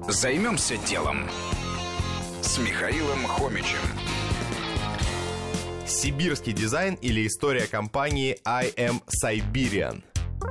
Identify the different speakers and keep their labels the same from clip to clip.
Speaker 1: Займемся делом с Михаилом Хомичем.
Speaker 2: Сибирский дизайн или история компании I Am Siberian.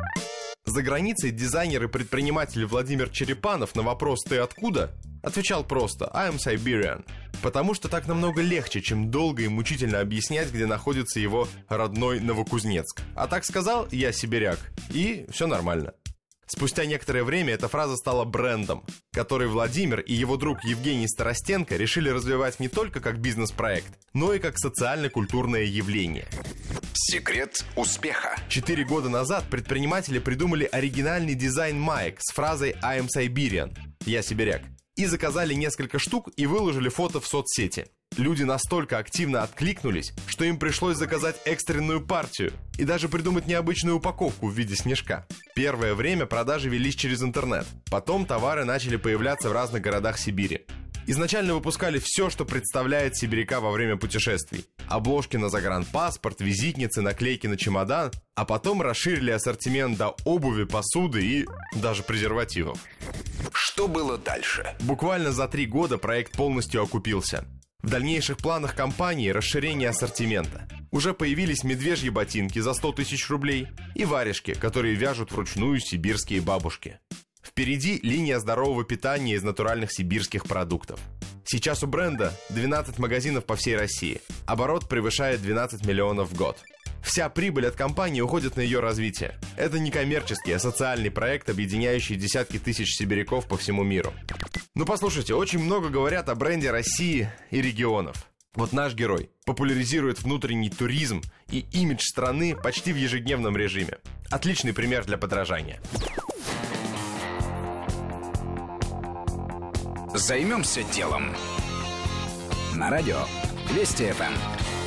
Speaker 2: За границей дизайнер и предприниматель Владимир Черепанов на вопрос «Ты откуда?» отвечал просто «I am Siberian», потому что так намного легче, чем долго и мучительно объяснять, где находится его родной Новокузнецк. А так сказал «Я сибиряк», и все нормально. Спустя некоторое время эта фраза стала брендом, который Владимир и его друг Евгений Старостенко решили развивать не только как бизнес-проект, но и как социально-культурное явление.
Speaker 1: Секрет успеха.
Speaker 2: 4 года назад предприниматели придумали оригинальный дизайн маек с фразой «I am Siberian» – «Я сибиряк» и заказали несколько штук и выложили фото в соцсети. Люди настолько активно откликнулись, что им пришлось заказать экстренную партию и даже придумать необычную упаковку в виде снежка. Первое время продажи велись через интернет. Потом товары начали появляться в разных городах Сибири. Изначально выпускали все, что представляет сибиряка во время путешествий. Обложки на загранпаспорт, визитницы, наклейки на чемодан. А потом расширили ассортимент до обуви, посуды и даже презервативов.
Speaker 1: Что было дальше?
Speaker 2: Буквально за 3 года проект полностью окупился. В дальнейших планах компании расширение ассортимента. Уже появились медвежьи ботинки за 100 тысяч рублей и варежки, которые вяжут вручную сибирские бабушки. Впереди линия здорового питания из натуральных сибирских продуктов. Сейчас у бренда 12 магазинов по всей России. Оборот превышает 12 миллионов в год. Вся прибыль от компании уходит на ее развитие. Это не коммерческий, а социальный проект, объединяющий десятки тысяч сибиряков по всему миру. Ну послушайте, очень много говорят о бренде России и регионов. Вот наш герой популяризирует внутренний туризм и имидж страны почти в ежедневном режиме. Отличный пример для подражания.
Speaker 1: Займемся делом. На радио Вести ФМ.